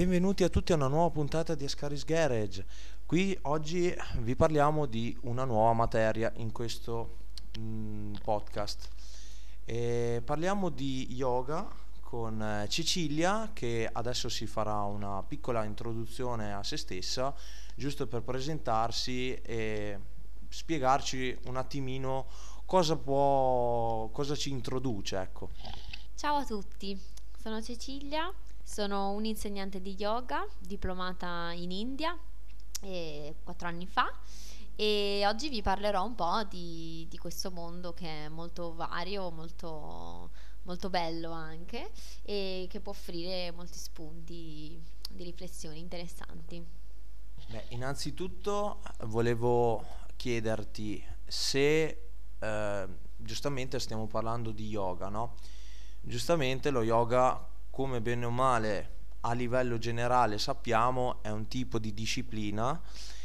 Benvenuti a tutti a una nuova puntata di Ascaris Garage. Qui oggi vi parliamo di una nuova materia in questo podcast. Parliamo di yoga con Cecilia, che adesso si farà una piccola introduzione a se stessa, giusto per presentarsi e spiegarci un attimino cosa ci introduce, ecco. Ciao a tutti, sono Cecilia, sono un'insegnante di yoga diplomata in India 4 anni fa e oggi vi parlerò un po' di questo mondo che è molto vario, molto bello anche e che può offrire molti spunti di riflessioni interessanti. Beh, innanzitutto volevo chiederti se giustamente stiamo parlando di yoga, no? Giustamente lo yoga, come bene o male a livello generale sappiamo, è un tipo di disciplina,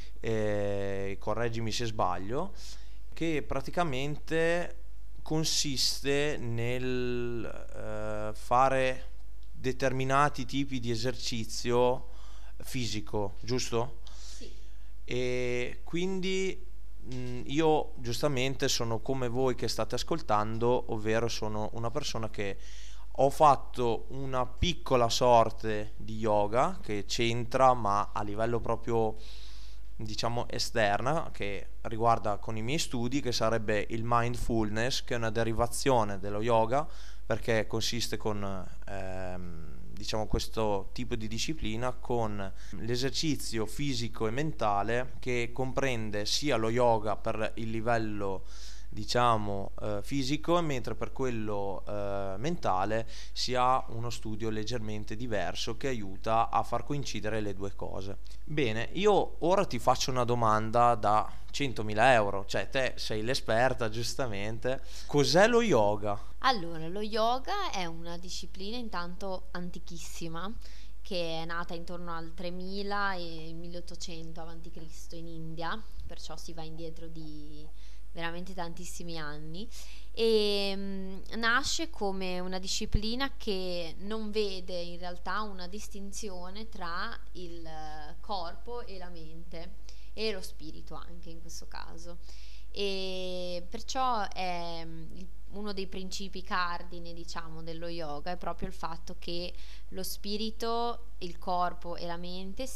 correggimi se sbaglio, che praticamente consiste nel fare determinati tipi di esercizio fisico, giusto? Sì. E quindi io giustamente sono come voi che state ascoltando, ovvero sono una persona che ho fatto una piccola sorte di yoga che c'entra, ma a livello proprio diciamo esterna, che riguarda con i miei studi, che sarebbe il mindfulness, che è una derivazione dello yoga, perché consiste con diciamo questo tipo di disciplina con l'esercizio fisico e mentale, che comprende sia lo yoga per il livello diciamo fisico, mentre per quello mentale si ha uno studio leggermente diverso che aiuta a far coincidere le due cose. Bene, io ora ti faccio una domanda da 100.000 euro, cioè te sei l'esperta giustamente. Cos'è lo yoga? Allora, lo yoga è una disciplina intanto antichissima che è nata intorno al 3000 e 1800 a.C. in India, perciò si va indietro di veramente tantissimi anni e nasce come una disciplina che non vede in realtà una distinzione tra il corpo e la mente e lo spirito anche in questo caso e perciò è uno dei principi cardine, diciamo, dello yoga è proprio il fatto che lo spirito, il corpo e la mente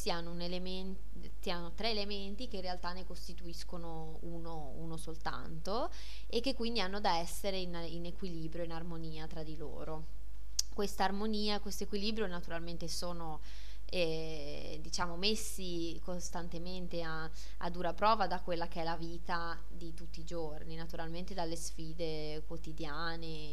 siano tre elementi che in realtà ne costituiscono uno soltanto e che quindi hanno da essere in equilibrio, in armonia tra di loro. Questa armonia, questo equilibrio naturalmente sono diciamo messi costantemente a dura prova da quella che è la vita di tutti i giorni, naturalmente dalle sfide quotidiane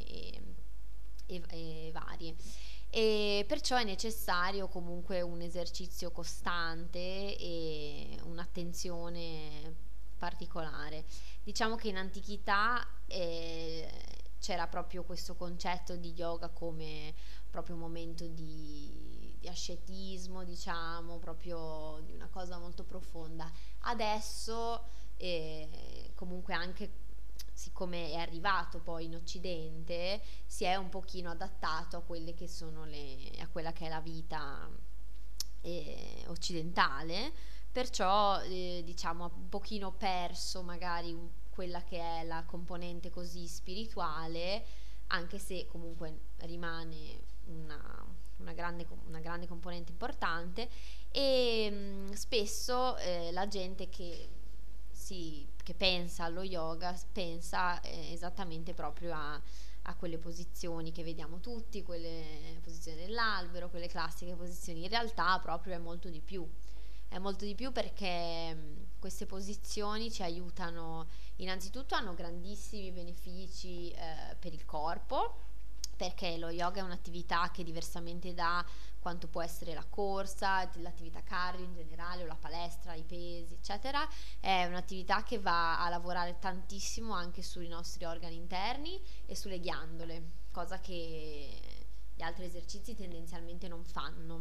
e varie. E perciò è necessario comunque un esercizio costante e un'attenzione particolare. Diciamo che in antichità c'era proprio questo concetto di yoga come proprio un momento di ascetismo, diciamo, proprio di una cosa molto profonda. Adesso comunque anche siccome è arrivato poi in Occidente si è un pochino adattato a quelle che sono a quella che è la vita occidentale, perciò diciamo ha un pochino perso magari quella che è la componente così spirituale, anche se comunque rimane una grande componente importante e spesso la gente che pensa allo yoga pensa esattamente proprio a quelle posizioni che vediamo tutti, quelle posizioni dell'albero, quelle classiche posizioni. In realtà proprio è molto di più perché queste posizioni ci aiutano, innanzitutto hanno grandissimi benefici per il corpo, perché lo yoga è un'attività che diversamente da quanto può essere la corsa, l'attività cardio in generale o la palestra, i pesi eccetera, è un'attività che va a lavorare tantissimo anche sui nostri organi interni e sulle ghiandole, cosa che gli altri esercizi tendenzialmente non fanno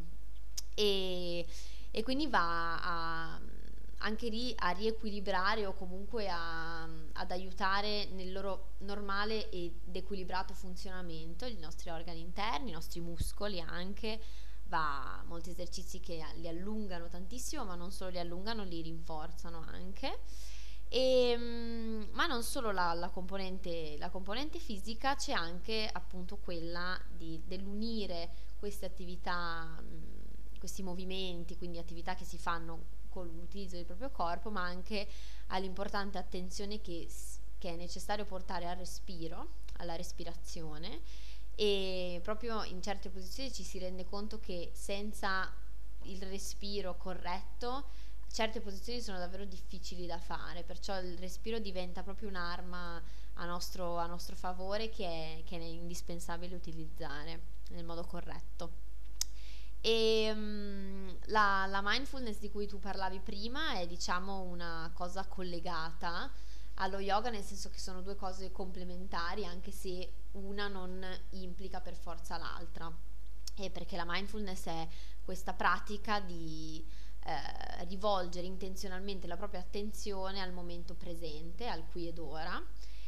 e quindi anche lì a riequilibrare o comunque ad aiutare nel loro normale ed equilibrato funzionamento i nostri organi interni, i nostri muscoli anche, molti esercizi che li allungano tantissimo, ma non solo li allungano, li rinforzano anche. Ma non solo la componente fisica, c'è anche appunto quella dell'unire queste attività, questi movimenti, quindi attività che si fanno con l'utilizzo del proprio corpo, ma anche all'importante attenzione che è necessario portare al respiro, alla respirazione, e proprio in certe posizioni ci si rende conto che senza il respiro corretto certe posizioni sono davvero difficili da fare, perciò il respiro diventa proprio un'arma a nostro favore che è indispensabile utilizzare nel modo corretto. E la mindfulness di cui tu parlavi prima è, diciamo, una cosa collegata allo yoga, nel senso che sono due cose complementari, anche se una non implica per forza l'altra. E perché la mindfulness è questa pratica di rivolgere intenzionalmente la propria attenzione al momento presente, al qui ed ora,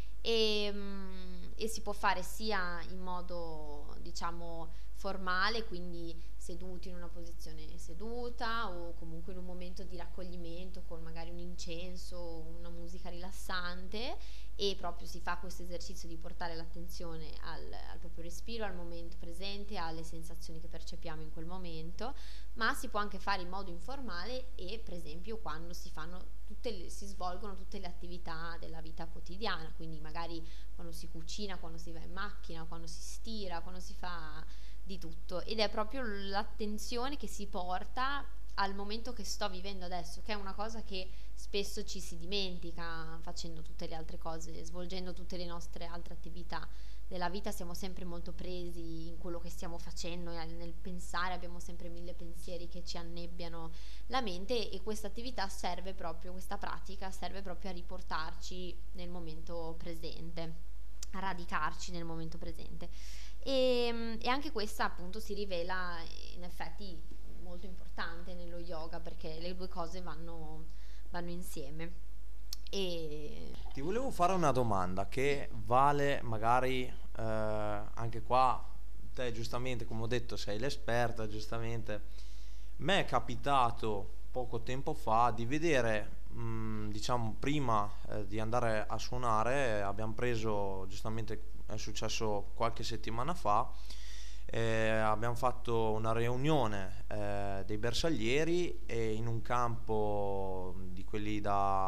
e si può fare sia in modo, diciamo, formale, quindi seduti in una posizione seduta, o comunque in un momento di raccoglimento con magari un incenso, una musica rilassante, e proprio si fa questo esercizio di portare l'attenzione al proprio respiro, al momento presente, alle sensazioni che percepiamo in quel momento. Ma si può anche fare in modo informale, e per esempio quando si svolgono tutte le attività della vita quotidiana, quindi magari quando si cucina, quando si va in macchina, quando si stira, quando si fa di tutto, ed è proprio l'attenzione che si porta al momento che sto vivendo adesso, che è una cosa che spesso ci si dimentica facendo tutte le altre cose, svolgendo tutte le nostre altre attività della vita. Siamo sempre molto presi in quello che stiamo facendo, e nel pensare abbiamo sempre mille pensieri che ci annebbiano la mente, e questa pratica serve proprio a riportarci nel momento presente, a radicarci nel momento presente. E anche questa appunto si rivela in effetti molto importante nello yoga, perché le due cose vanno insieme. E Ti volevo fare una domanda che vale magari anche qua, te giustamente, come ho detto, sei l'esperta, giustamente. Me è capitato poco tempo fa di vedere, diciamo, prima di andare a suonare, abbiamo preso, giustamente è successo qualche settimana fa, abbiamo fatto una riunione dei bersaglieri, e in un campo di quelli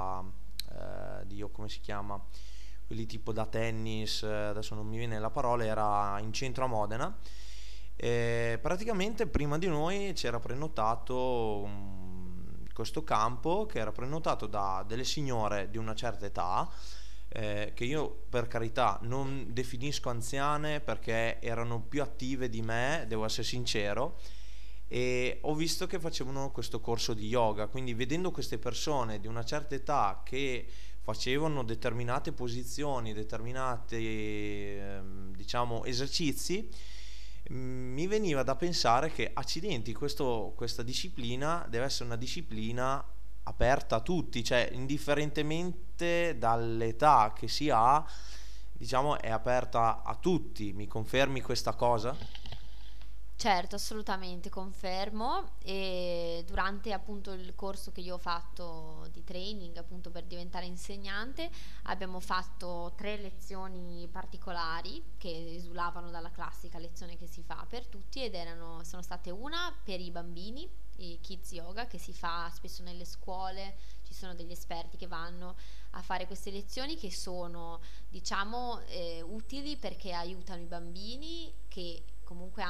come si chiama? Quelli tipo da tennis, adesso non mi viene la parola, era in centro a Modena. Praticamente prima di noi c'era prenotato questo campo, che era prenotato da delle signore di una certa età, che io per carità non definisco anziane, perché erano più attive di me, devo essere sincero, e ho visto che facevano questo corso di yoga. Quindi vedendo queste persone di una certa età che facevano determinate posizioni, determinati diciamo esercizi, mi veniva da pensare che accidenti, questa disciplina deve essere una disciplina aperta a tutti, cioè indifferentemente dall'età che si ha, diciamo è aperta a tutti. Mi confermi questa cosa? certo, assolutamente confermo. E durante appunto il corso che io ho fatto di training appunto per diventare insegnante, abbiamo fatto 3 lezioni particolari che esulavano dalla classica lezione che si fa per tutti, ed sono state una per i bambini, i kids yoga, che si fa spesso nelle scuole. Ci sono degli esperti che vanno a fare queste lezioni, che sono, diciamo, utili perché aiutano i bambini, che comunque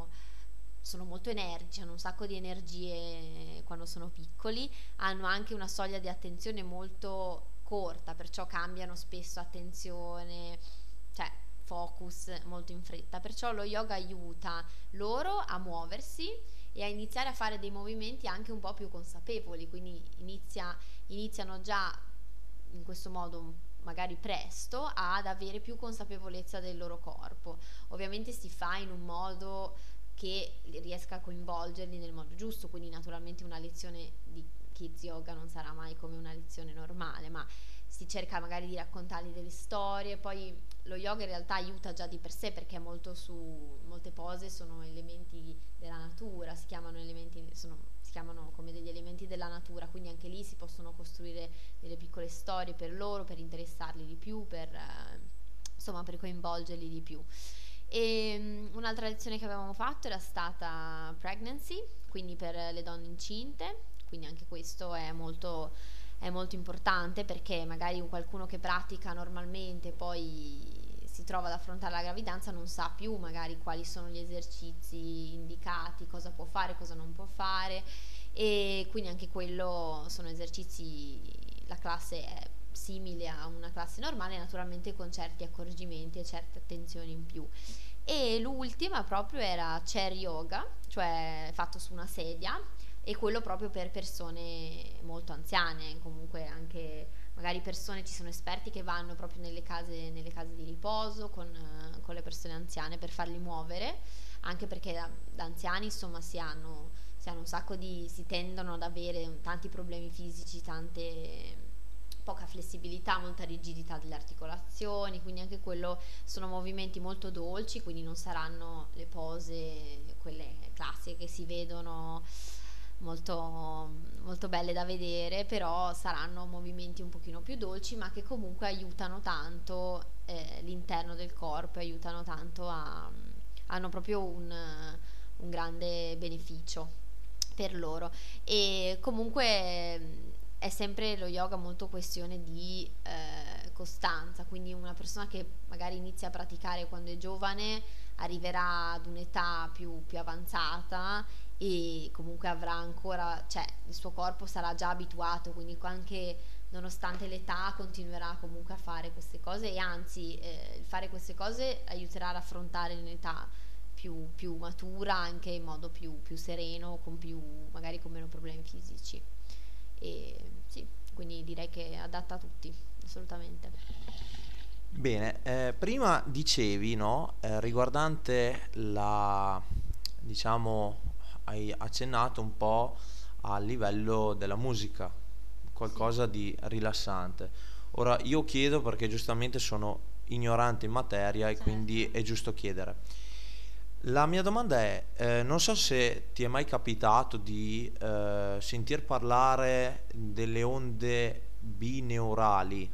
sono molto energici, hanno un sacco di energie quando sono piccoli, hanno anche una soglia di attenzione molto corta, perciò cambiano spesso attenzione, cioè focus molto in fretta. Perciò lo yoga aiuta loro a muoversi e a iniziare a fare dei movimenti anche un po' più consapevoli, quindi iniziano già in questo modo magari presto ad avere più consapevolezza del loro corpo. Ovviamente si fa in un modo che riesca a coinvolgerli nel modo giusto, quindi naturalmente una lezione di kids yoga non sarà mai come una lezione normale, ma si cerca magari di raccontargli delle storie. Poi lo yoga in realtà aiuta già di per sé, perché è molto su molte pose sono elementi della natura, si chiamano come degli elementi della natura, quindi anche lì si possono costruire delle piccole storie per loro, per interessarli di più, insomma per coinvolgerli di più. E un'altra lezione che avevamo fatto era stata pregnancy, quindi per le donne incinte, quindi anche questo è molto importante, perché magari qualcuno che pratica normalmente poi si trova ad affrontare la gravidanza, non sa più magari quali sono gli esercizi indicati, cosa può fare, cosa non può fare, e quindi anche quello sono esercizi, la classe è simile a una classe normale, naturalmente con certi accorgimenti e certe attenzioni in più. E l'ultima proprio era chair yoga, cioè fatto su una sedia, e quello proprio per persone molto anziane, comunque anche magari ci sono esperti che vanno proprio nelle case di riposo con le persone anziane per farli muovere, anche perché da anziani insomma si hanno un sacco si tendono ad avere tanti problemi fisici, poca flessibilità, molta rigidità delle articolazioni, quindi anche quello sono movimenti molto dolci, quindi non saranno le pose quelle classiche che si vedono molto, molto belle da vedere, però saranno movimenti un pochino più dolci, ma che comunque aiutano tanto l'interno del corpo, aiutano tanto hanno proprio un grande beneficio per loro. E comunque è sempre lo yoga molto questione di costanza, quindi una persona che magari inizia a praticare quando è giovane arriverà ad un'età più avanzata e comunque avrà ancora, cioè il suo corpo sarà già abituato, quindi anche nonostante l'età continuerà comunque a fare queste cose, e anzi il fare queste cose aiuterà ad affrontare un'età più matura, anche in modo più sereno, magari con meno problemi fisici. E sì, quindi direi che è adatta a tutti, assolutamente. Bene, prima dicevi, no, riguardante diciamo, hai accennato un po' al livello della musica, qualcosa di rilassante. Ora io chiedo perché giustamente sono ignorante in materia e quindi è giusto chiedere. La mia domanda è, non so se ti è mai capitato di sentir parlare delle onde bineurali.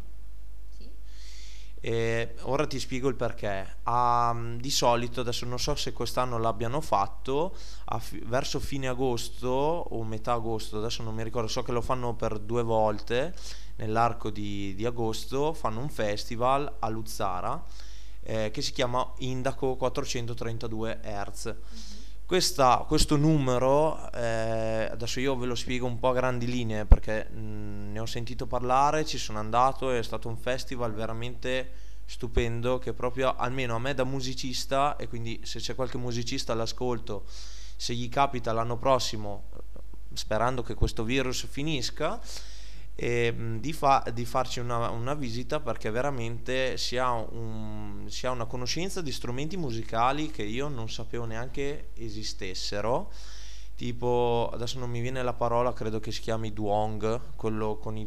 Ora ti spiego il perché. Di solito, adesso non so se quest'anno l'abbiano fatto, verso fine agosto o metà agosto, adesso non mi ricordo, so che lo fanno per 2 volte nell'arco di agosto, fanno un festival a Luzzara che si chiama Indaco 432 Hz. Questo numero, adesso io ve lo spiego un po' a grandi linee perché ne ho sentito parlare, ci sono andato, è stato un festival veramente stupendo che proprio, almeno a me da musicista, e quindi se c'è qualche musicista all'ascolto, se gli capita l'anno prossimo, sperando che questo virus finisca, di farci una visita, perché veramente si ha una conoscenza di strumenti musicali che io non sapevo neanche esistessero, tipo adesso non mi viene la parola, credo che si chiami duong, quello con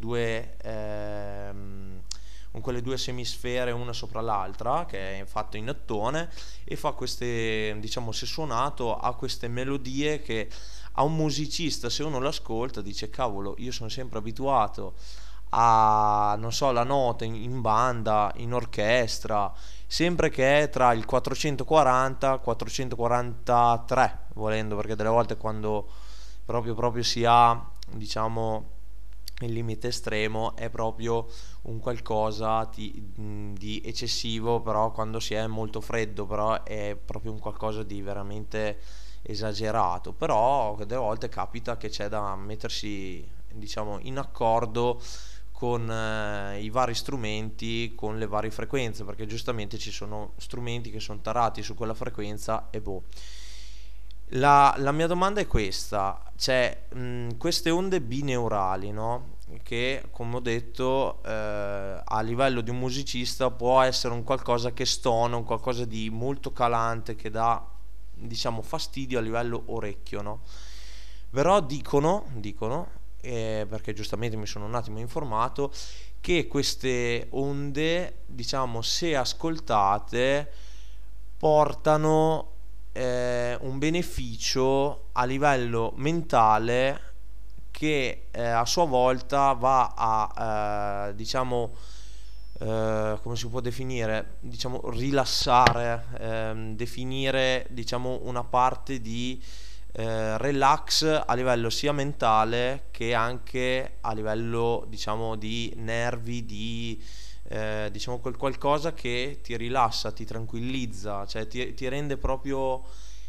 con quelle 2 semisfere una sopra l'altra, che è fatto in ottone e fa queste, diciamo, se suonato ha queste melodie che a un musicista, se uno l'ascolta, dice cavolo, io sono sempre abituato a, non so, la nota in banda, in orchestra, sempre che è tra il 440 e 443, volendo, perché delle volte quando proprio si ha, diciamo, il limite estremo è proprio un qualcosa di eccessivo, però quando si è molto freddo, però è proprio un qualcosa di veramente esagerato. Però delle volte capita che c'è da mettersi, diciamo, in accordo con i vari strumenti, con le varie frequenze, perché giustamente ci sono strumenti che sono tarati su quella frequenza e boh. La mia domanda è questa, cioè queste onde bineurali, no? Che come ho detto a livello di un musicista può essere un qualcosa che stona, un qualcosa di molto calante che dà, diciamo, fastidio a livello orecchio, no? Però dicono perché giustamente mi sono un attimo informato, che queste onde, diciamo, se ascoltate, portano un beneficio a livello mentale che a sua volta va a diciamo come si può definire, diciamo rilassare, definire diciamo una parte di relax a livello sia mentale che anche a livello diciamo di nervi, di diciamo qualcosa che ti rilassa, ti tranquillizza, cioè ti rende proprio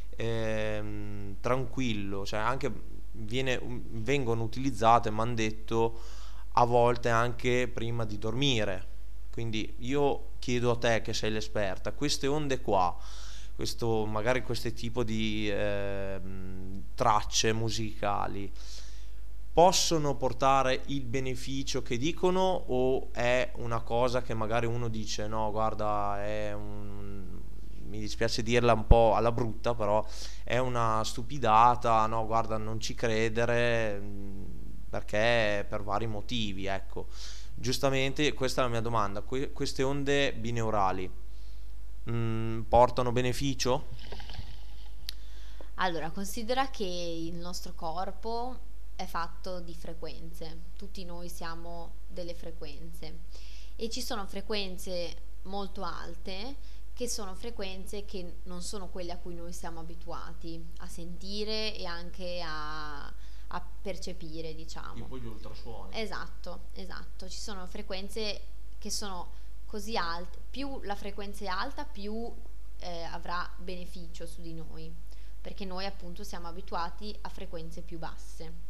tranquillo, cioè anche vengono utilizzate, mi hanno detto, a volte anche prima di dormire. Quindi io chiedo a te che sei l'esperta, queste onde qua, magari questo tipo di tracce musicali possono portare il beneficio che dicono, o è una cosa che magari uno dice no guarda mi dispiace dirla un po' alla brutta, però è una stupidata, no guarda non ci credere, perché per vari motivi, ecco. Giustamente questa è la mia domanda, queste onde bineurali portano beneficio? Allora, considera che il nostro corpo è fatto di frequenze, tutti noi siamo delle frequenze e ci sono frequenze molto alte che sono frequenze che non sono quelle a cui noi siamo abituati a sentire e anche a percepire, diciamo. Tipo gli ultrasuoni. Esatto, esatto. Ci sono frequenze che sono così alte, più la frequenza è alta, più avrà beneficio su di noi, perché noi appunto siamo abituati a frequenze più basse.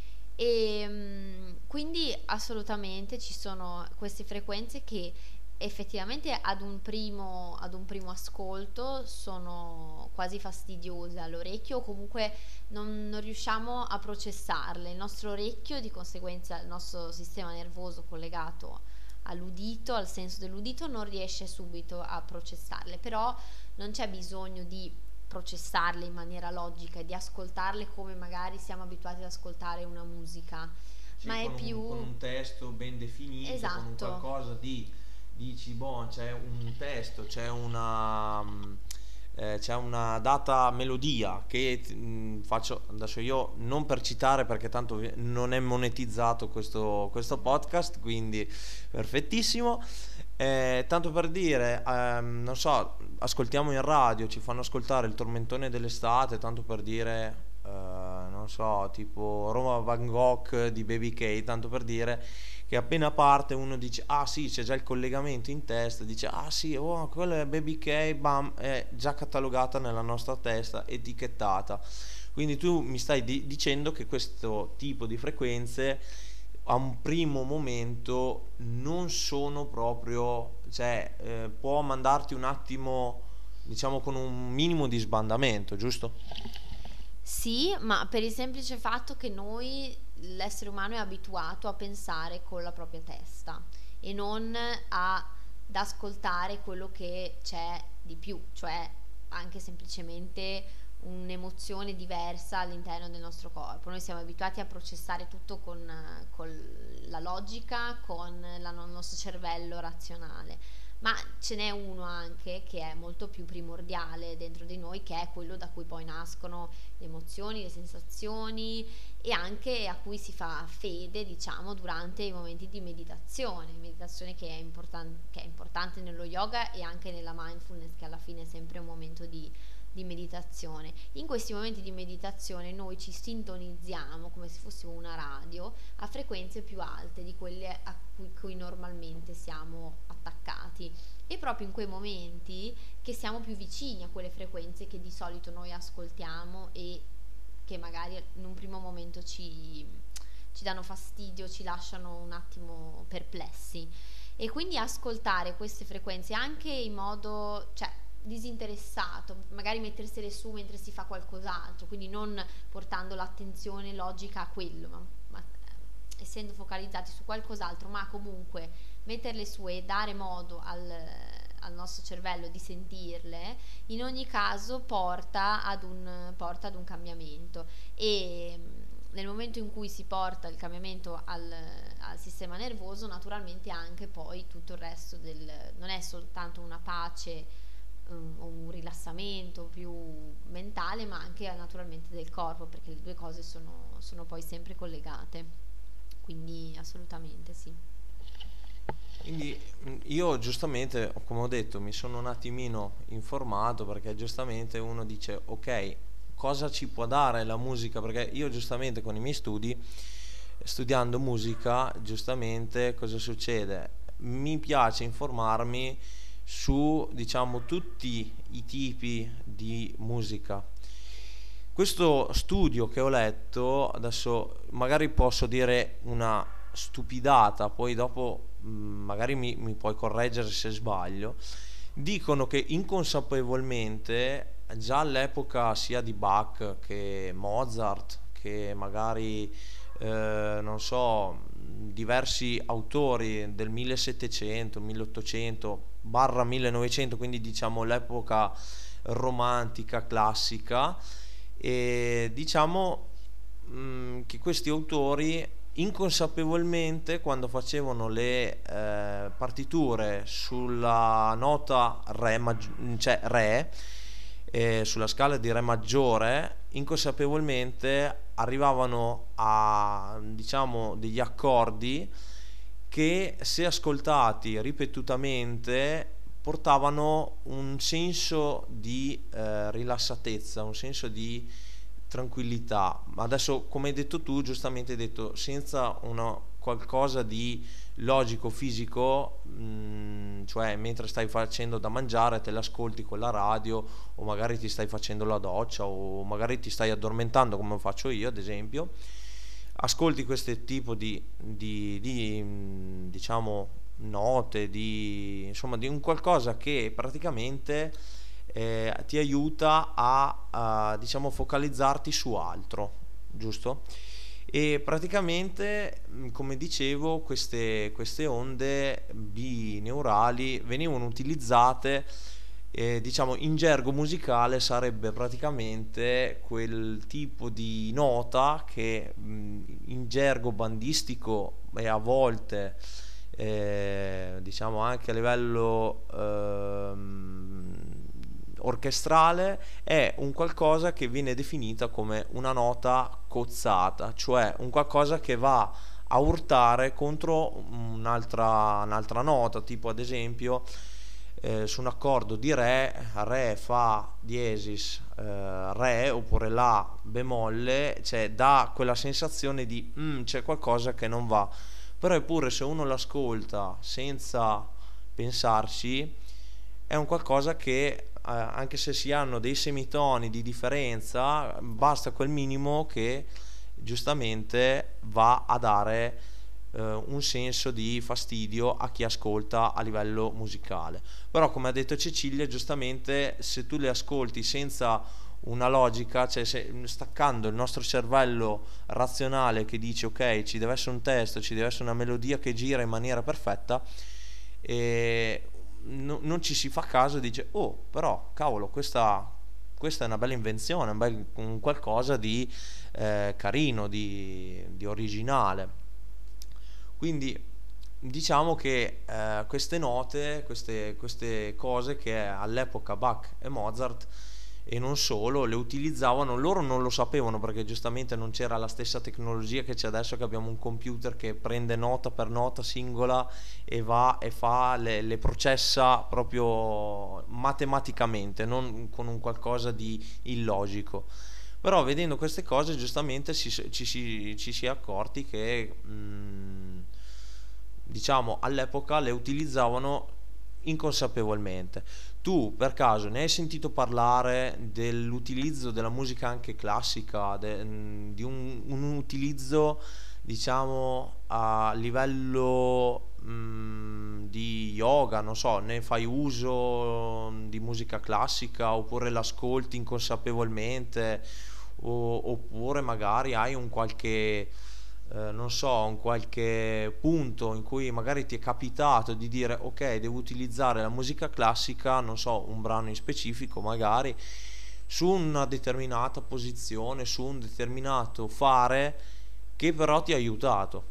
E quindi assolutamente ci sono queste frequenze che effettivamente ad un primo ascolto sono quasi fastidiose all'orecchio, o comunque non riusciamo a processarle. Il nostro orecchio, di conseguenza il nostro sistema nervoso collegato all'udito, al senso dell'udito, non riesce subito a processarle, però non c'è bisogno di processarle in maniera logica e di ascoltarle come magari siamo abituati ad ascoltare una musica, sì, ma è più con un testo ben definito, esatto, con un qualcosa di dici boh, c'è un testo, c'è una data melodia che faccio adesso io, non per citare perché tanto non è monetizzato questo podcast, quindi perfettissimo. Tanto per dire, non so, ascoltiamo in radio, ci fanno ascoltare il tormentone dell'estate, tanto per dire, non so, tipo Roma Van Gogh di Baby K, tanto per dire, che appena parte uno dice ah sì, c'è già il collegamento in testa, dice ah sì, oh, quello è Baby K, bam, è già catalogata nella nostra testa, etichettata. Quindi tu mi stai dicendo che questo tipo di frequenze a un primo momento non sono proprio, cioè può mandarti un attimo, diciamo, con un minimo di sbandamento, giusto? sì, ma per il semplice fatto che noi, l'essere umano è abituato a pensare con la propria testa e non ad ascoltare quello che c'è di più, cioè anche semplicemente un'emozione diversa all'interno del nostro corpo. Noi siamo abituati a processare tutto con la logica, con il nostro cervello razionale, ma ce n'è uno anche che è molto più primordiale dentro di noi, che è quello da cui poi nascono le emozioni, le sensazioni e anche a cui si fa fede, diciamo, durante i momenti di meditazione che è importante nello yoga e anche nella mindfulness, che alla fine è sempre un momento di meditazione. In questi momenti di meditazione noi ci sintonizziamo come se fossimo una radio a frequenze più alte di quelle a cui normalmente siamo attaccati, e proprio in quei momenti che siamo più vicini a quelle frequenze che di solito noi ascoltiamo e che magari in un primo momento ci danno fastidio, ci lasciano un attimo perplessi, e quindi ascoltare queste frequenze anche in modo, cioè, disinteressato, magari mettersele su mentre si fa qualcos'altro, quindi non portando l'attenzione logica a quello, ma essendo focalizzati su qualcos'altro, ma comunque metterle su e dare modo al nostro cervello di sentirle, in ogni caso porta ad un cambiamento. E nel momento in cui si porta il cambiamento al sistema nervoso, naturalmente anche poi tutto il resto non è soltanto una pace o un rilassamento più mentale, ma anche naturalmente del corpo, perché le due cose sono poi sempre collegate. Quindi assolutamente sì. Quindi io giustamente, come ho detto, mi sono un attimino informato, perché giustamente uno dice ok, cosa ci può dare la musica? Perché io giustamente con i miei studi, studiando musica, giustamente cosa succede? Mi piace informarmi su, diciamo, tutti i tipi di musica. Questo studio che ho letto, adesso magari posso dire una stupidata, poi dopo magari mi puoi correggere se sbaglio, dicono che inconsapevolmente già all'epoca sia di Bach che Mozart, che magari non so, diversi autori del 1700, 1800 barra 1900, quindi diciamo l'epoca romantica, classica, e diciamo che questi autori inconsapevolmente, quando facevano le partiture sulla nota re, cioè re, sulla scala di re maggiore, inconsapevolmente arrivavano a, diciamo, degli accordi che, se ascoltati ripetutamente, portavano un senso di rilassatezza, un senso di tranquillità. Adesso, come hai detto tu, giustamente hai detto, senza qualcosa di logico, fisico, cioè mentre stai facendo da mangiare te l'ascolti con la radio, o magari ti stai facendo la doccia, o magari ti stai addormentando come faccio io ad esempio, ascolti questo tipo di diciamo note, insomma di un qualcosa che praticamente ti aiuta a diciamo focalizzarti su altro, giusto? E praticamente, come dicevo, queste onde bineurali venivano utilizzate, diciamo in gergo musicale sarebbe praticamente quel tipo di nota che in gergo bandistico e a volte diciamo anche a livello orchestrale è un qualcosa che viene definita come una nota cozzata, cioè un qualcosa che va a urtare contro un'altra nota, tipo ad esempio su un accordo di re fa diesis re, oppure la bemolle, cioè dà quella sensazione di c'è qualcosa che non va. Però eppure, se uno l'ascolta senza pensarci, è un qualcosa che anche se si hanno dei semitoni di differenza, basta quel minimo che giustamente va a dare un senso di fastidio a chi ascolta a livello musicale. Però, come ha detto Cecilia, giustamente, se tu le ascolti senza una logica, cioè staccando il nostro cervello razionale che dice ok, ci deve essere un testo, ci deve essere una melodia che gira in maniera perfetta, e non ci si fa caso e dice oh, però cavolo, questa è una bella invenzione, un qualcosa di carino, di originale. Quindi diciamo che queste note, queste cose che all'epoca Bach e Mozart, e non solo, le utilizzavano, loro non lo sapevano, perché giustamente non c'era la stessa tecnologia che c'è adesso, che abbiamo un computer che prende nota per nota singola e va e fa le processa proprio matematicamente, non con un qualcosa di illogico. Però vedendo queste cose giustamente ci si è accorti che diciamo all'epoca le utilizzavano inconsapevolmente. Tu per caso ne hai sentito parlare dell'utilizzo della musica anche classica, di un utilizzo diciamo a livello di yoga, non so, ne fai uso di musica classica, oppure l'ascolti inconsapevolmente, oppure magari hai un qualche non so, un qualche punto in cui magari ti è capitato di dire ok, devo utilizzare la musica classica, non so, un brano in specifico magari, su una determinata posizione, su un determinato fare che però ti ha aiutato.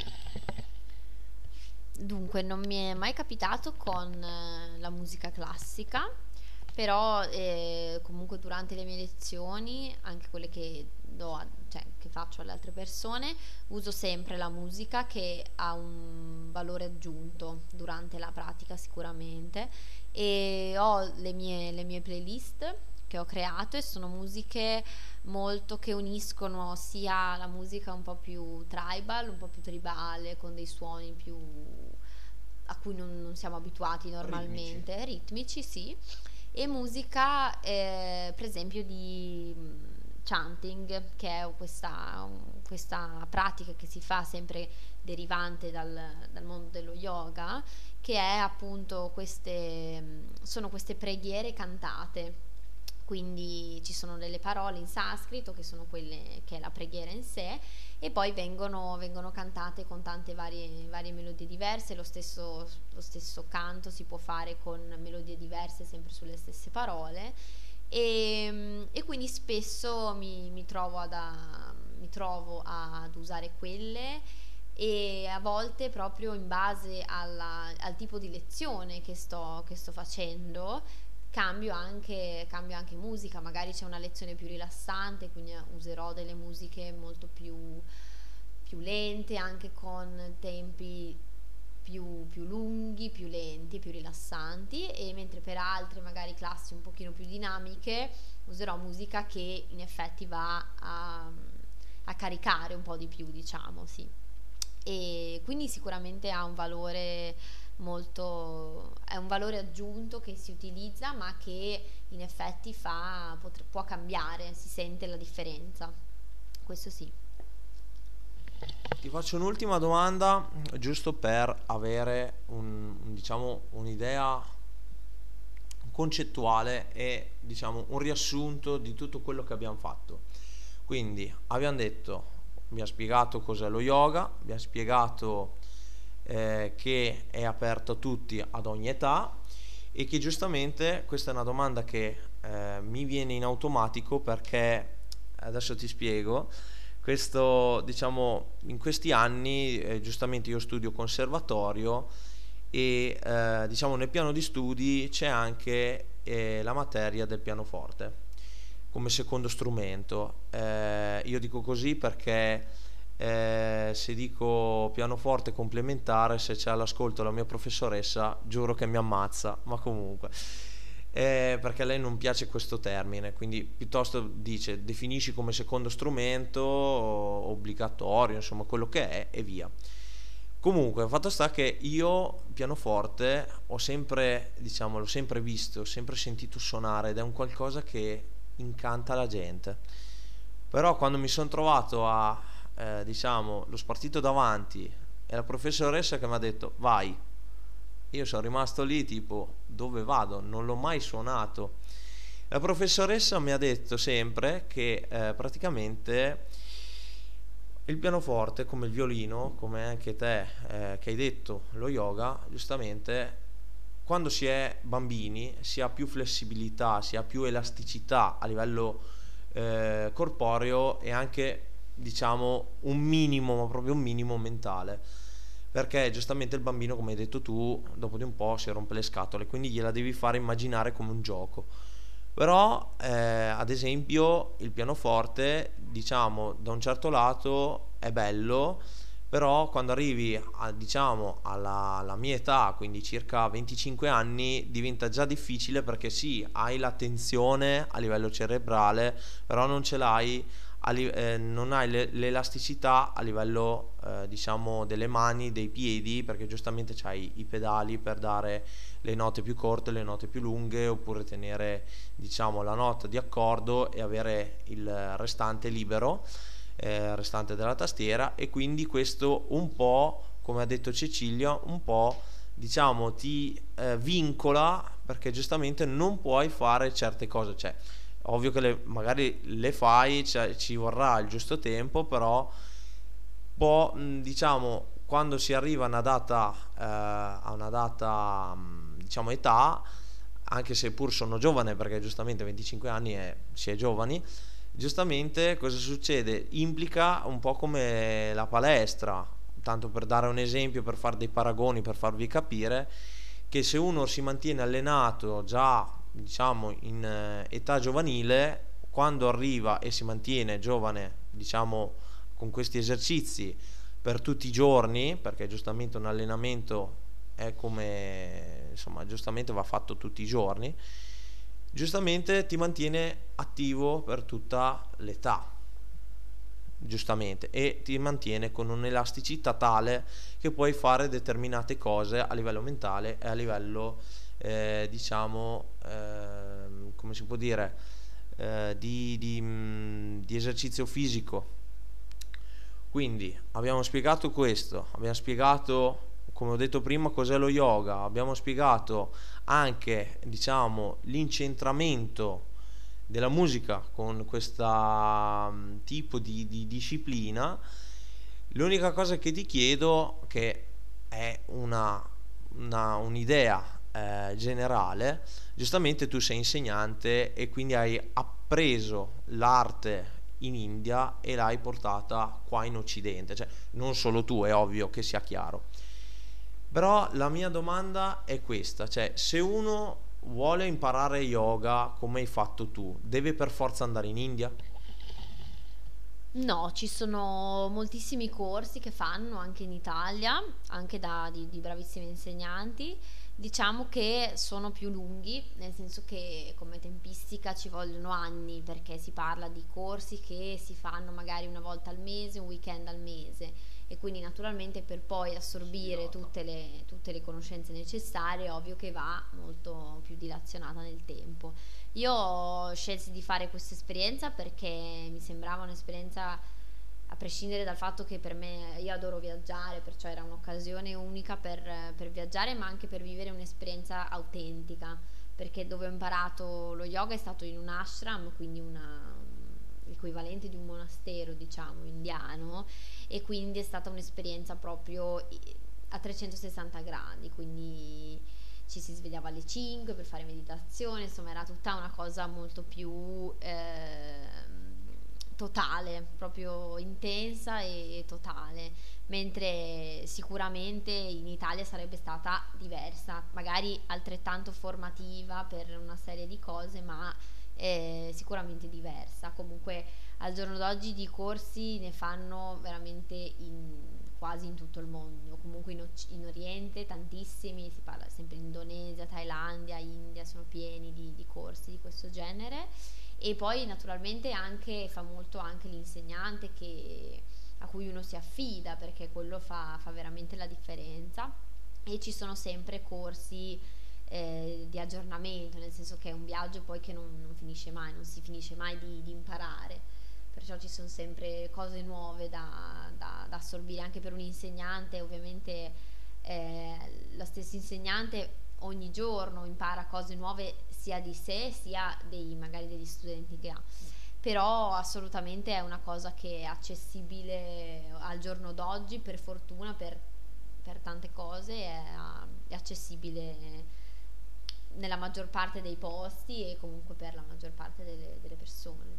Dunque, non mi è mai capitato con la musica classica, però comunque durante le mie lezioni, anche quelle che cioè, che faccio alle altre persone, uso sempre la musica che ha un valore aggiunto durante la pratica sicuramente, e ho le mie playlist che ho creato, e sono musiche molto che uniscono sia la musica un po' più tribal, un po' più tribale, con dei suoni più a cui non siamo abituati Ritmici. normalmente, ritmici, sì, e musica per esempio di chanting, che è questa pratica che si fa sempre derivante dal mondo dello yoga, che è appunto sono queste preghiere cantate. Quindi ci sono delle parole in sanscrito che sono quelle che è la preghiera in sé, e poi vengono cantate con tante varie melodie diverse. Lo stesso canto si può fare con melodie diverse sempre sulle stesse parole, e quindi spesso mi trovo ad usare quelle, e a volte proprio in base al tipo di lezione che sto facendo cambio anche musica. Magari c'è una lezione più rilassante, quindi userò delle musiche molto più lente, anche con tempi più lunghi, più lenti, più rilassanti, e mentre per altre, magari classi un pochino più dinamiche, userò musica che in effetti a caricare un po' di più, diciamo, sì. E quindi sicuramente ha un valore è un valore aggiunto che si utilizza, ma che in effetti può cambiare, si sente la differenza. Questo sì. Ti faccio un'ultima domanda, giusto per avere diciamo, un'idea concettuale e diciamo un riassunto di tutto quello che abbiamo fatto. Quindi abbiamo detto, mi ha spiegato cos'è lo yoga, mi ha spiegato che è aperto a tutti ad ogni età, e che giustamente questa è una domanda che mi viene in automatico, perché adesso ti spiego. Questo, diciamo, in questi anni giustamente io studio conservatorio, e diciamo nel piano di studi c'è anche la materia del pianoforte come secondo strumento. Io dico così perché se dico pianoforte complementare, se c'è all'ascolto la mia professoressa, giuro che mi ammazza, ma comunque perché a lei non piace questo termine, quindi piuttosto dice definisci come secondo strumento obbligatorio, insomma quello che è, e via. Comunque, fatto sta che io pianoforte ho sempre, diciamo, l'ho sempre visto, ho sempre sentito suonare, ed è un qualcosa che incanta la gente. Però quando mi sono trovato a diciamo lo spartito davanti e la professoressa che mi ha detto vai, io sono rimasto lì tipo dove vado, non l'ho mai suonato. La professoressa mi ha detto sempre che praticamente il pianoforte, come il violino, come anche te che hai detto lo yoga, giustamente quando si è bambini si ha più flessibilità, si ha più elasticità a livello corporeo, e anche diciamo un minimo, ma proprio un minimo mentale, perché giustamente il bambino, come hai detto tu, dopo di un po' si rompe le scatole, quindi gliela devi fare immaginare come un gioco. Però ad esempio il pianoforte, diciamo, da un certo lato è bello, però quando arrivi diciamo alla mia età, quindi circa 25 anni, diventa già difficile, perché sì, hai l'attenzione a livello cerebrale, però non ce l'hai non hai l'elasticità a livello diciamo delle mani, dei piedi, perché giustamente c'hai i pedali per dare le note più corte, le note più lunghe, oppure tenere diciamo la nota di accordo e avere il restante libero, restante della tastiera. E quindi questo un po', come ha detto Cecilia, un po' diciamo ti vincola, perché giustamente non puoi fare certe cose. Cioè ovvio che magari le fai, cioè, ci vorrà il giusto tempo, però diciamo quando si arriva a una data diciamo età, anche se pur sono giovane, perché giustamente 25 anni si è giovani, giustamente cosa succede? Implica un po' come la palestra, tanto per dare un esempio, per fare dei paragoni, per farvi capire che se uno si mantiene allenato già, diciamo, in età giovanile, quando arriva e si mantiene giovane, diciamo, con questi esercizi per tutti i giorni, perché giustamente un allenamento è come, insomma, giustamente va fatto tutti i giorni, giustamente ti mantiene attivo per tutta l'età, giustamente, e ti mantiene con un'elasticità tale che puoi fare determinate cose a livello mentale e a livello diciamo come si può dire di esercizio fisico. Quindi abbiamo spiegato questo, abbiamo spiegato, come ho detto prima, cos'è lo yoga, abbiamo spiegato anche, diciamo, l'incentramento della musica con questo tipo di disciplina. L'unica cosa che ti chiedo, che è un'idea generale, giustamente tu sei insegnante e quindi hai appreso l'arte in India e l'hai portata qua in Occidente, cioè non solo tu, è ovvio che sia chiaro. Però la mia domanda è questa, cioè se uno vuole imparare yoga come hai fatto tu, deve per forza andare in India? No, ci sono moltissimi corsi che fanno anche in Italia, anche di bravissimi insegnanti. Diciamo che sono più lunghi, nel senso che come tempistica ci vogliono anni, perché si parla di corsi che si fanno magari una volta al mese, un weekend al mese, e quindi naturalmente per poi assorbire tutte le conoscenze necessarie, è ovvio che va molto più dilazionata nel tempo. Io scelsi di fare questa esperienza perché mi sembrava un'esperienza, a prescindere dal fatto che per me, io adoro viaggiare, perciò era un'occasione unica per viaggiare, ma anche per vivere un'esperienza autentica, perché dove ho imparato lo yoga è stato in un ashram, quindi l'equivalente di un monastero, diciamo, indiano, e quindi è stata un'esperienza proprio a 360 gradi, quindi ci si svegliava alle 5 per fare meditazione, insomma era tutta una cosa molto più totale, proprio intensa e totale, mentre sicuramente in Italia sarebbe stata diversa, magari altrettanto formativa per una serie di cose, ma sicuramente diversa. Comunque al giorno d'oggi di corsi ne fanno veramente quasi in tutto il mondo, comunque in Oriente tantissimi, si parla sempre di Indonesia, Thailandia, India, sono pieni di corsi di questo genere. E poi naturalmente anche fa molto anche l'insegnante a cui uno si affida, perché quello fa veramente la differenza, e ci sono sempre corsi di aggiornamento, nel senso che è un viaggio poi che non finisce mai, non si finisce mai di imparare, perciò ci sono sempre cose nuove da assorbire anche per un insegnante. Ovviamente lo stesso insegnante ogni giorno impara cose nuove sia di sé sia magari degli studenti che ha, però assolutamente è una cosa che è accessibile al giorno d'oggi, per fortuna, per tante cose è accessibile nella maggior parte dei posti e comunque per la maggior parte delle persone.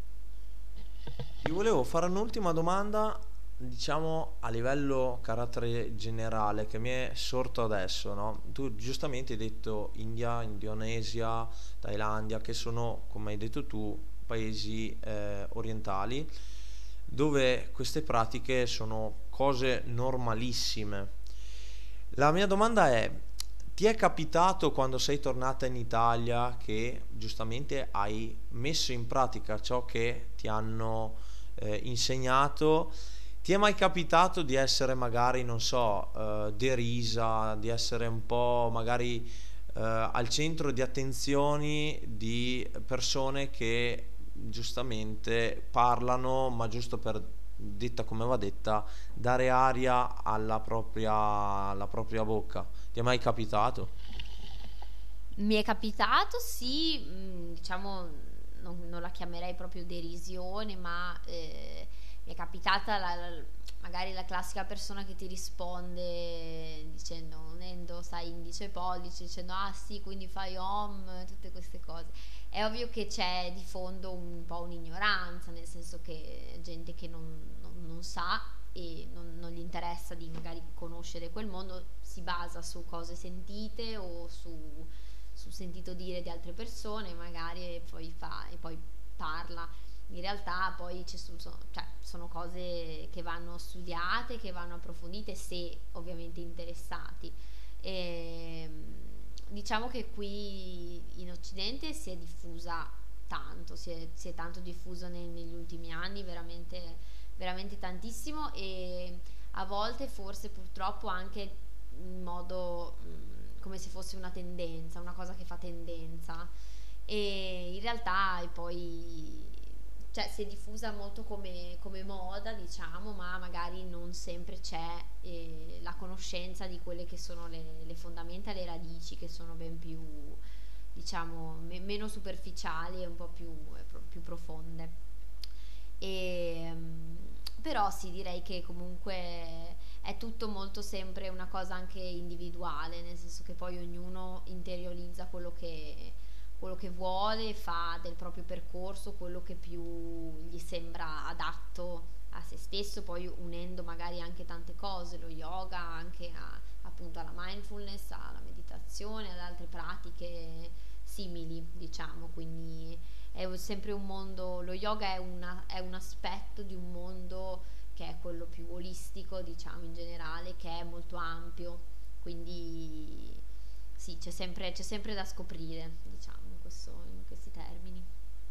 Ti volevo fare un'ultima domanda, diciamo a livello carattere generale, che mi è sorto adesso, no? Tu giustamente hai detto India, Indonesia, Thailandia, che sono, come hai detto tu, paesi orientali, dove queste pratiche sono cose normalissime. La mia domanda è: ti è capitato quando sei tornata in Italia che giustamente hai messo in pratica ciò che ti hanno insegnato? Ti è mai capitato di essere magari, non so, derisa, di essere un po' magari al centro di attenzioni di persone che giustamente parlano, ma giusto per, detta come va detta, dare aria alla propria bocca? Ti è mai capitato? Mi è capitato, sì, diciamo, non la chiamerei proprio derisione, ma mi è capitata magari la classica persona che ti risponde dicendo: Nendo, sai, indice e pollice, dicendo ah sì, quindi fai om, tutte queste cose. È ovvio che c'è di fondo un po' un'ignoranza, nel senso che gente che non sa e non gli interessa di magari conoscere quel mondo, si basa su cose sentite o su sentito dire di altre persone magari, e poi parla. In realtà poi cioè, sono cose che vanno studiate, che vanno approfondite, se ovviamente interessati. E, diciamo che qui in Occidente si è diffusa tanto, si è tanto diffusa negli ultimi anni, veramente, veramente tantissimo, e a volte forse purtroppo anche in modo come se fosse una tendenza, una cosa che fa tendenza, e in realtà poi cioè, si è diffusa molto come moda, diciamo, ma magari non sempre c'è la conoscenza di quelle che sono le fondamenta e le radici, che sono ben più, diciamo, meno superficiali e un po' più profonde. E, però sì, direi che comunque è tutto molto sempre una cosa anche individuale, nel senso che poi ognuno interiorizza quello che vuole, fa del proprio percorso quello che più gli sembra adatto a se stesso, poi unendo magari anche tante cose, lo yoga, anche appunto alla mindfulness, alla meditazione, ad altre pratiche simili, diciamo. Quindi è sempre un mondo, lo yoga è un aspetto di un mondo che è quello più olistico, diciamo, in generale, che è molto ampio, quindi sì, c'è sempre da scoprire, diciamo, in questi termini.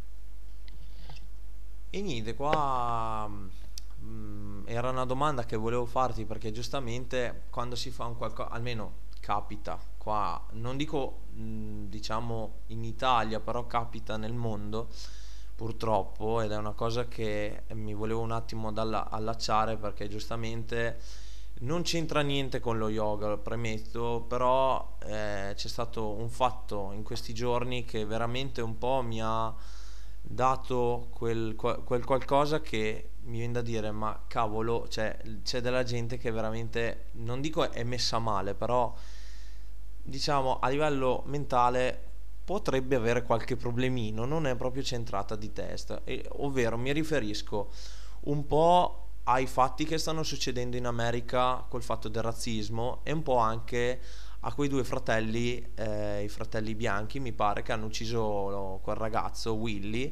E niente, qua era una domanda che volevo farti, perché giustamente quando si fa un qualcosa, almeno capita qua, non dico diciamo in Italia, però capita nel mondo purtroppo, ed è una cosa che mi volevo un attimo allacciare, perché giustamente non c'entra niente con lo yoga, lo premetto, però c'è stato un fatto in questi giorni che veramente un po' mi ha dato quel qualcosa che mi viene da dire, ma cavolo, cioè, c'è della gente che veramente, non dico è messa male, però diciamo a livello mentale potrebbe avere qualche problemino, non è proprio centrata di testa, ovvero mi riferisco un po' ai fatti che stanno succedendo in America col fatto del razzismo, e un po' anche a quei due fratelli, i fratelli bianchi, mi pare, che hanno ucciso quel ragazzo Willy.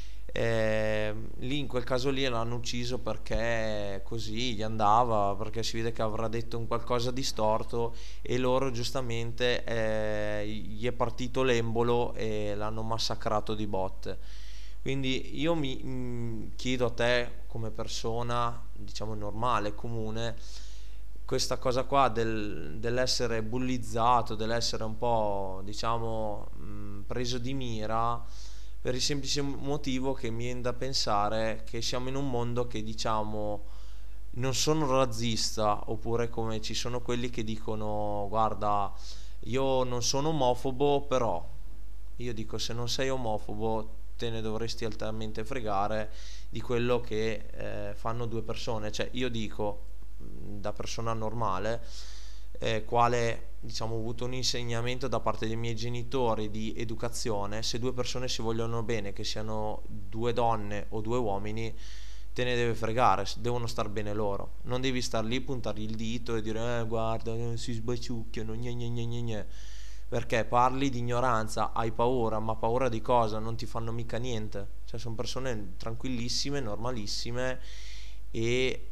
Lì in quel caso lì l'hanno ucciso perché così gli andava, perché si vede che avrà detto un qualcosa di storto, e loro giustamente gli è partito l'embolo e l'hanno massacrato di botte. Quindi io mi chiedo a te, come persona, diciamo normale, comune, questa cosa qua dell'essere bullizzato, dell'essere un po', diciamo, preso di mira, per il semplice motivo che mi viene da pensare che siamo in un mondo che, diciamo, non sono razzista, oppure come ci sono quelli che dicono guarda, io non sono omofobo, però io dico, se non sei omofobo te ne dovresti altamente fregare di quello che fanno due persone. Cioè, io dico, da persona normale, quale, diciamo, ho avuto un insegnamento da parte dei miei genitori di educazione: se due persone si vogliono bene, che siano due donne o due uomini, te ne deve fregare, devono star bene loro, non devi star lì, puntargli il dito e dire guarda, si sbaciucchiano, gne gne gne gne gne. Perché parli di ignoranza, hai paura, ma paura di cosa? Non ti fanno mica niente. Cioè, sono persone tranquillissime, normalissime, e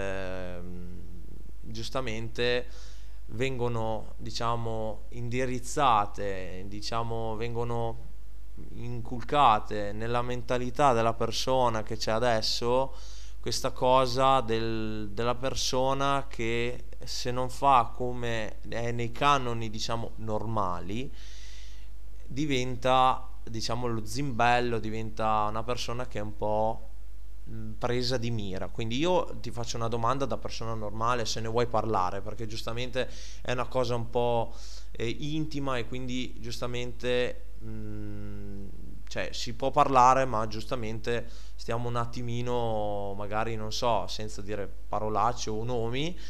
giustamente vengono, diciamo, indirizzate, diciamo, vengono inculcate nella mentalità della persona che c'è adesso, questa cosa della persona che, se non fa come è nei canoni, diciamo, normali, diventa, diciamo, lo zimbello, diventa una persona che è un po' presa di mira. Quindi io ti faccio una domanda da persona normale, se ne vuoi parlare, perché giustamente è una cosa un po' intima, e quindi giustamente cioè, si può parlare, ma giustamente stiamo un attimino, magari, non so, senza dire parolacce o nomi,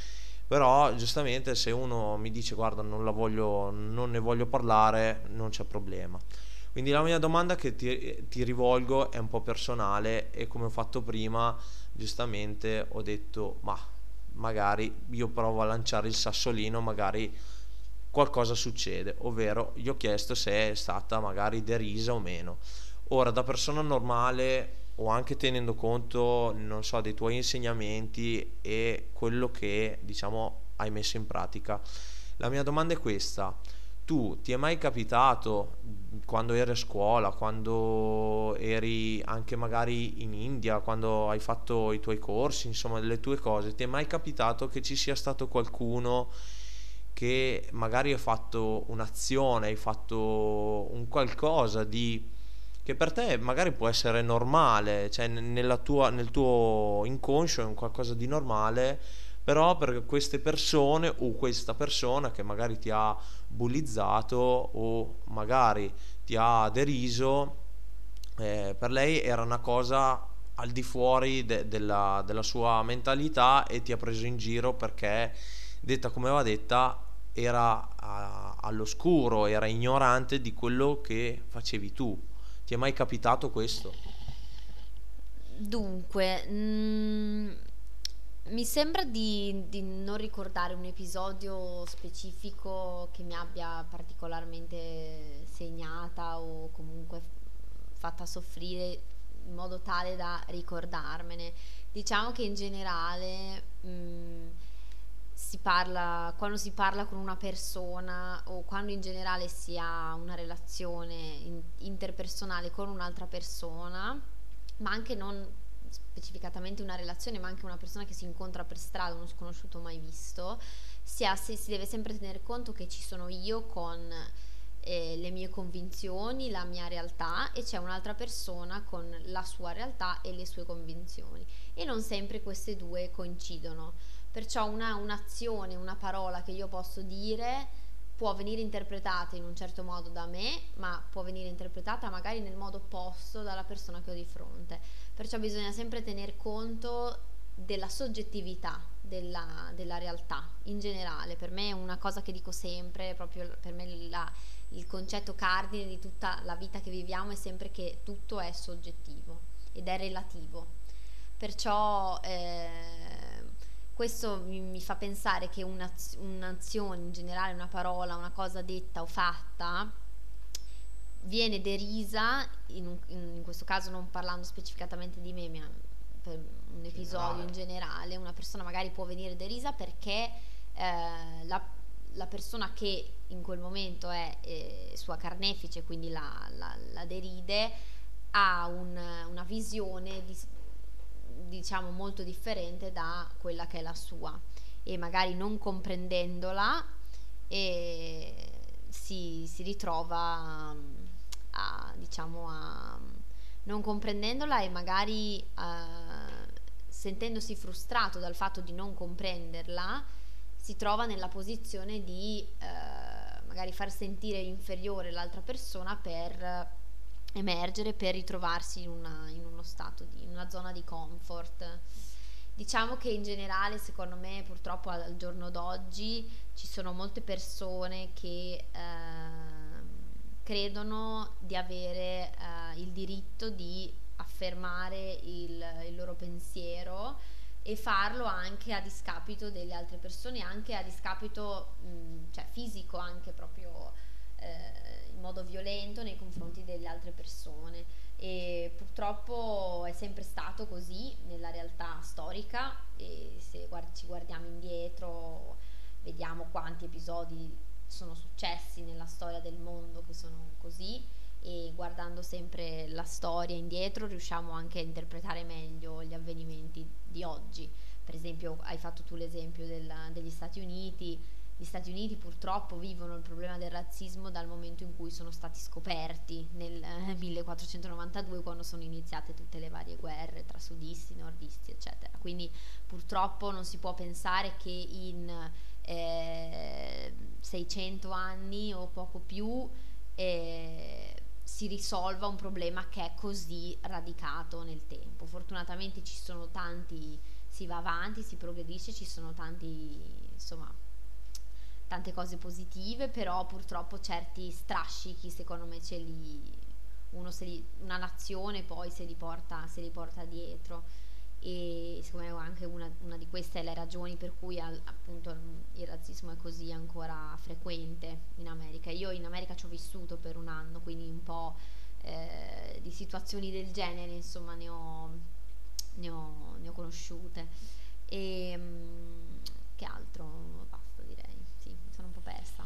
Però giustamente se uno mi dice guarda non ne voglio parlare, non c'è problema. Quindi la mia domanda che ti rivolgo è un po' personale e come ho fatto prima, giustamente ho detto ma magari io provo a lanciare il sassolino, magari qualcosa succede, ovvero gli ho chiesto se è stata magari derisa o meno. Ora, da persona normale o anche tenendo conto, non so, dei tuoi insegnamenti e quello che, diciamo, hai messo in pratica, la mia domanda è questa. Tu ti è mai capitato quando eri a scuola, quando eri anche magari in India, quando hai fatto i tuoi corsi, insomma, delle tue cose, ti è mai capitato che ci sia stato qualcuno che magari hai fatto un'azione, hai fatto un qualcosa di che per te magari può essere normale, cioè nel tuo inconscio è un qualcosa di normale, però per queste persone o questa persona che magari ti ha bullizzato o magari ti ha deriso, per lei era una cosa al di fuori della sua mentalità e ti ha preso in giro perché, detta come va detta, era all'oscuro, era ignorante di quello che facevi tu. Ti è mai capitato questo? Dunque, mi sembra di non ricordare un episodio specifico che mi abbia particolarmente segnata o comunque fatta soffrire in modo tale da ricordarmene. Diciamo che in generale, quando si parla con una persona o quando in generale si ha una relazione interpersonale con un'altra persona, ma anche non specificatamente una relazione, ma anche una persona che si incontra per strada, uno sconosciuto mai visto, si deve sempre tener conto che ci sono io con le mie convinzioni, la mia realtà, e c'è un'altra persona con la sua realtà e le sue convinzioni, e non sempre queste due coincidono. Perciò un'azione, una parola che io posso dire può venire interpretata in un certo modo da me, ma può venire interpretata magari nel modo opposto dalla persona che ho di fronte. Perciò bisogna sempre tener conto della soggettività della realtà in generale. Per me è una cosa che dico sempre, proprio per me il concetto cardine di tutta la vita che viviamo è sempre che tutto è soggettivo ed è relativo. Perciò questo mi fa pensare che un'azione in generale, una parola, una cosa detta o fatta viene derisa, in questo caso non parlando specificatamente di me, ma per un episodio in generale, una persona magari può venire derisa perché la persona che in quel momento è sua carnefice, quindi la deride, ha una visione diciamo molto differente da quella che è la sua, e magari non comprendendola si ritrova diciamo non comprendendola e magari sentendosi frustrato dal fatto di non comprenderla, si trova nella posizione di magari far sentire inferiore l'altra persona per emergere, per ritrovarsi in uno stato in una zona di comfort. Diciamo che in generale, secondo me, purtroppo al giorno d'oggi ci sono molte persone che credono di avere il diritto di affermare il loro pensiero e farlo anche a discapito delle altre persone, anche a discapito cioè fisico, anche proprio in modo violento nei confronti delle altre persone. E purtroppo è sempre stato così nella realtà storica, e se ci guardiamo indietro vediamo quanti episodi sono successi nella storia del mondo che sono così, e guardando sempre la storia indietro riusciamo anche a interpretare meglio gli avvenimenti di oggi. Per esempio, hai fatto tu l'esempio degli Stati Uniti. Gli Stati Uniti purtroppo vivono il problema del razzismo dal momento in cui sono stati scoperti nel 1492, quando sono iniziate tutte le varie guerre tra sudisti, nordisti, eccetera. Quindi purtroppo non si può pensare che in 600 anni o poco più si risolva un problema che è così radicato nel tempo. Fortunatamente ci sono tanti, si va avanti, si progredisce, ci sono tanti insomma tante cose positive, però purtroppo certi strascichi secondo me ce li una nazione poi se li porta dietro, e secondo me anche una di queste è le ragioni per cui appunto il razzismo è così ancora frequente in America. Io in America ci ho vissuto per un anno, quindi un po' di situazioni del genere insomma ne ho conosciute. E che altro? Basta, direi. Sì, mi sono un po' persa.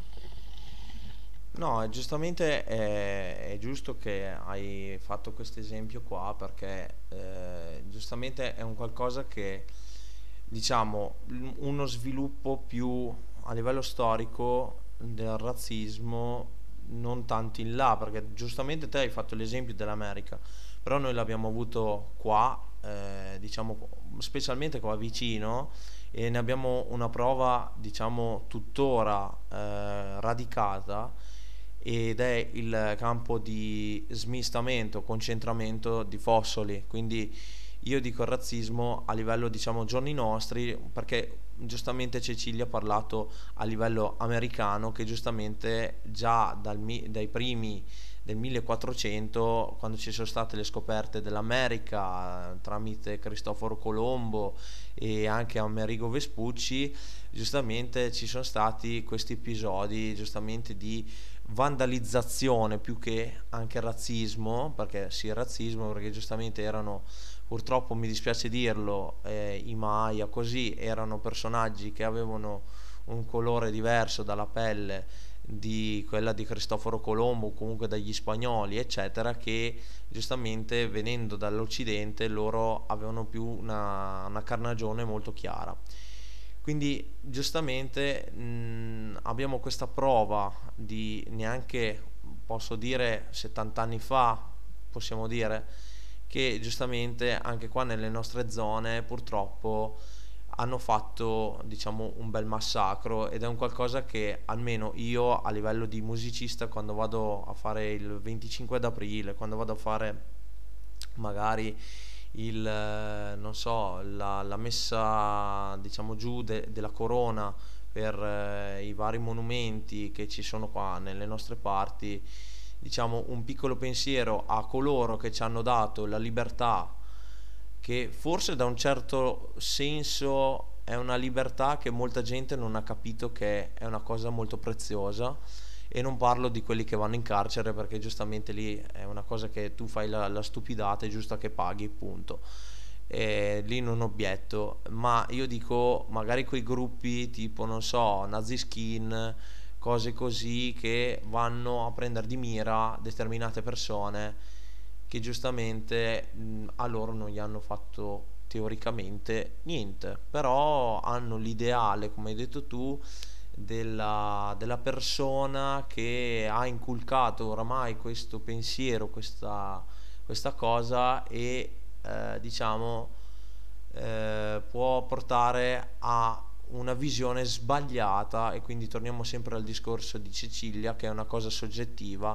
No, giustamente è giusto che hai fatto questo esempio qua perché giustamente è un qualcosa che, diciamo, uno sviluppo più a livello storico del razzismo non tanto in là, perché giustamente te hai fatto l'esempio dell'America, però noi l'abbiamo avuto qua, diciamo, specialmente qua vicino, e ne abbiamo una prova, diciamo, tuttora radicata, ed è il campo di smistamento, concentramento di fossili. Quindi io dico razzismo a livello, diciamo, giorni nostri, perché giustamente Cecilia ha parlato a livello americano, che giustamente già dai primi del 1400, quando ci sono state le scoperte dell'America tramite Cristoforo Colombo e anche Amerigo Vespucci, giustamente ci sono stati questi episodi giustamente di vandalizzazione più che anche razzismo, perché sì, razzismo, perché giustamente erano, purtroppo mi dispiace dirlo, i Maya, così, erano personaggi che avevano un colore diverso dalla pelle di quella di Cristoforo Colombo, comunque dagli spagnoli eccetera, che giustamente venendo dall'Occidente loro avevano più una carnagione molto chiara. Quindi giustamente abbiamo questa prova di neanche, posso dire, 70 anni fa, possiamo dire, che giustamente anche qua nelle nostre zone purtroppo hanno fatto, diciamo, un bel massacro, ed è un qualcosa che almeno io a livello di musicista, quando vado a fare il 25 d'aprile, quando vado a fare magari non so, la messa, diciamo, giù della corona per i vari monumenti che ci sono qua nelle nostre parti, diciamo, un piccolo pensiero a coloro che ci hanno dato la libertà, che forse da un certo senso è una libertà che molta gente non ha capito che è una cosa molto preziosa. E non parlo di quelli che vanno in carcere, perché giustamente lì è una cosa che tu fai la stupidata, è giusto che paghi, punto. E lì non obietto, ma io dico magari quei gruppi tipo, non so, Nazi Skin, cose così, che vanno a prendere di mira determinate persone che giustamente a loro non gli hanno fatto teoricamente niente, però hanno l'ideale, come hai detto tu, della persona che ha inculcato oramai questo pensiero, questa cosa, e diciamo può portare a una visione sbagliata. E quindi torniamo sempre al discorso di Cecilia, che è una cosa soggettiva,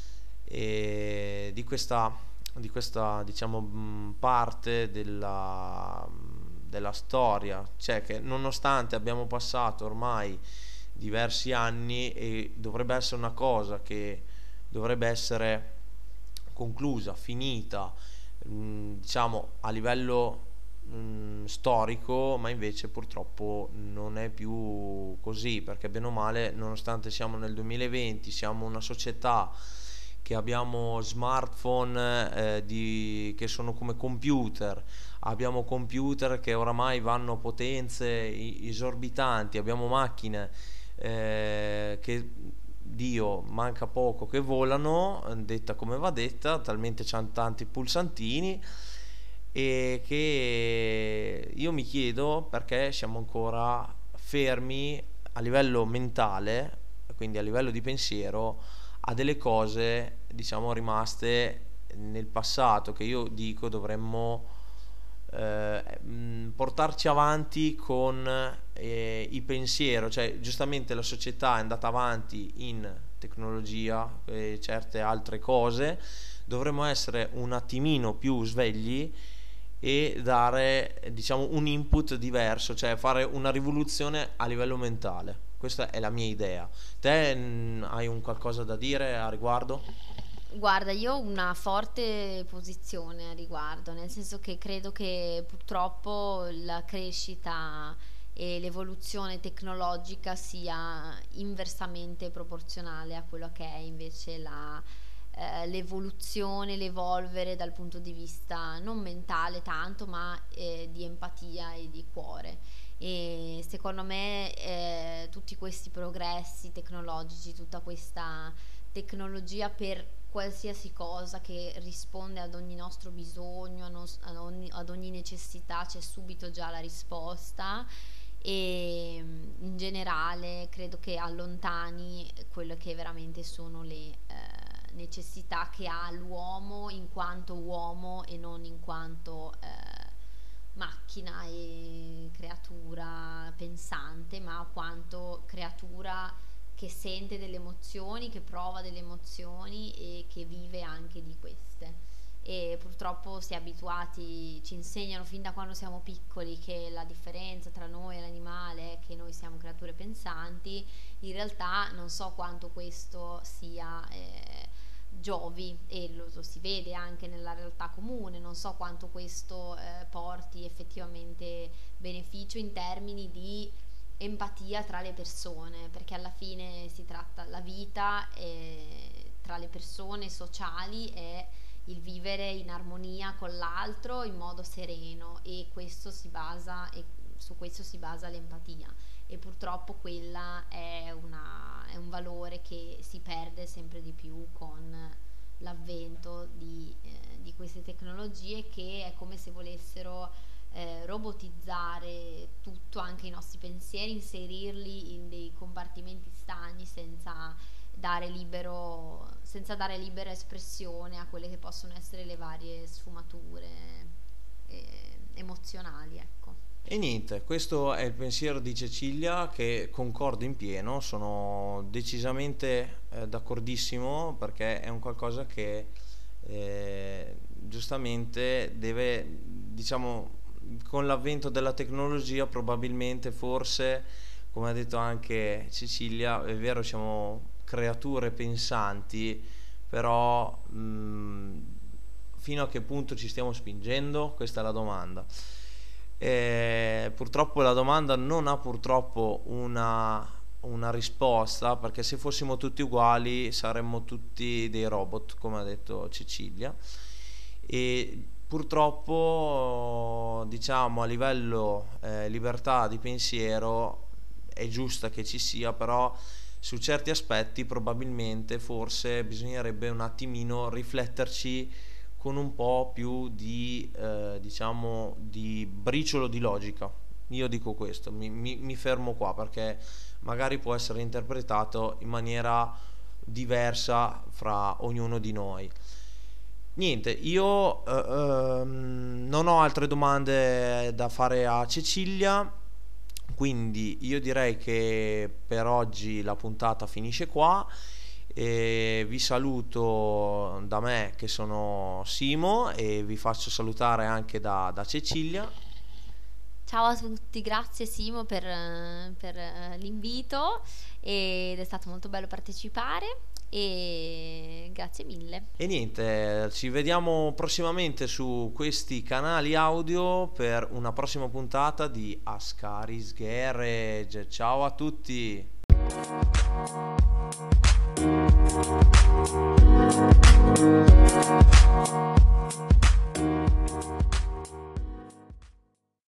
e di questa diciamo parte della storia, cioè che nonostante abbiamo passato ormai diversi anni, e dovrebbe essere una cosa che dovrebbe essere conclusa, finita, diciamo a livello storico, ma invece purtroppo non è più così, perché bene o male, nonostante siamo nel 2020, siamo una società che abbiamo smartphone che sono come computer, abbiamo computer che oramai vanno a potenze esorbitanti, abbiamo macchine che Dio manca poco che volano, detta come va detta, talmente c'hanno tanti pulsantini, e che io mi chiedo perché siamo ancora fermi a livello mentale, quindi a livello di pensiero, a delle cose, diciamo, rimaste nel passato, che io dico dovremmo portarci avanti con il pensiero. Cioè giustamente la società è andata avanti in tecnologia e certe altre cose, dovremmo essere un attimino più svegli e dare, diciamo, un input diverso, cioè fare una rivoluzione a livello mentale. Questa è la mia idea. Te hai un qualcosa da dire a riguardo? Guarda, io ho una forte posizione a riguardo, nel senso che credo che purtroppo la crescita e l'evoluzione tecnologica sia inversamente proporzionale a quello che è invece l'evoluzione, l'evolvere dal punto di vista non mentale tanto, ma di empatia e di cuore. E secondo me tutti questi progressi tecnologici, tutta questa tecnologia per qualsiasi cosa che risponde ad ogni nostro bisogno, ad ogni necessità, c'è subito già la risposta e in generale credo che allontani quello che veramente sono le necessità che ha l'uomo in quanto uomo e non in quanto macchina e creatura pensante, ma quanto creatura che sente delle emozioni, che prova delle emozioni e che vive anche di queste. E purtroppo si è abituati, ci insegnano fin da quando siamo piccoli che la differenza tra noi e l'animale è che noi siamo creature pensanti. In realtà non so quanto questo sia giovi, e lo si vede anche nella realtà comune, non so quanto questo porti effettivamente beneficio in termini di empatia tra le persone, perché alla fine si tratta, la vita tra le persone sociali è il vivere in armonia con l'altro in modo sereno, e questo si basa, e su questo si basa l'empatia, e purtroppo quella è un valore che si perde sempre di più con l'avvento di queste tecnologie, che è come se volessero robotizzare tutto, anche i nostri pensieri, inserirli in dei compartimenti stagni senza dare libera espressione a quelle che possono essere le varie sfumature emozionali, ecco. E niente, questo è il pensiero di Cecilia, che concordo in pieno, sono decisamente d'accordissimo, perché è un qualcosa che giustamente deve, diciamo, con l'avvento della tecnologia probabilmente, forse, come ha detto anche Cecilia, è vero, siamo creature pensanti, però fino a che punto ci stiamo spingendo? Questa è la domanda. Purtroppo la domanda non ha purtroppo una risposta, perché se fossimo tutti uguali saremmo tutti dei robot, come ha detto Cecilia, e purtroppo, diciamo, a livello libertà di pensiero è giusta che ci sia, però su certi aspetti probabilmente forse bisognerebbe un attimino rifletterci con un po' più di diciamo di briciolo di logica. Io dico questo, mi fermo qua, perché magari può essere interpretato in maniera diversa fra ognuno di noi. Niente, io non ho altre domande da fare a Cecilia, quindi io direi che per oggi la puntata finisce qua, e vi saluto da me, che sono Simo, e vi faccio salutare anche da Cecilia. Ciao a tutti, grazie Simo per l'invito, ed è stato molto bello partecipare e grazie mille. E niente, ci vediamo prossimamente su questi canali audio per una prossima puntata di Ascaris Garage. Ciao a tutti!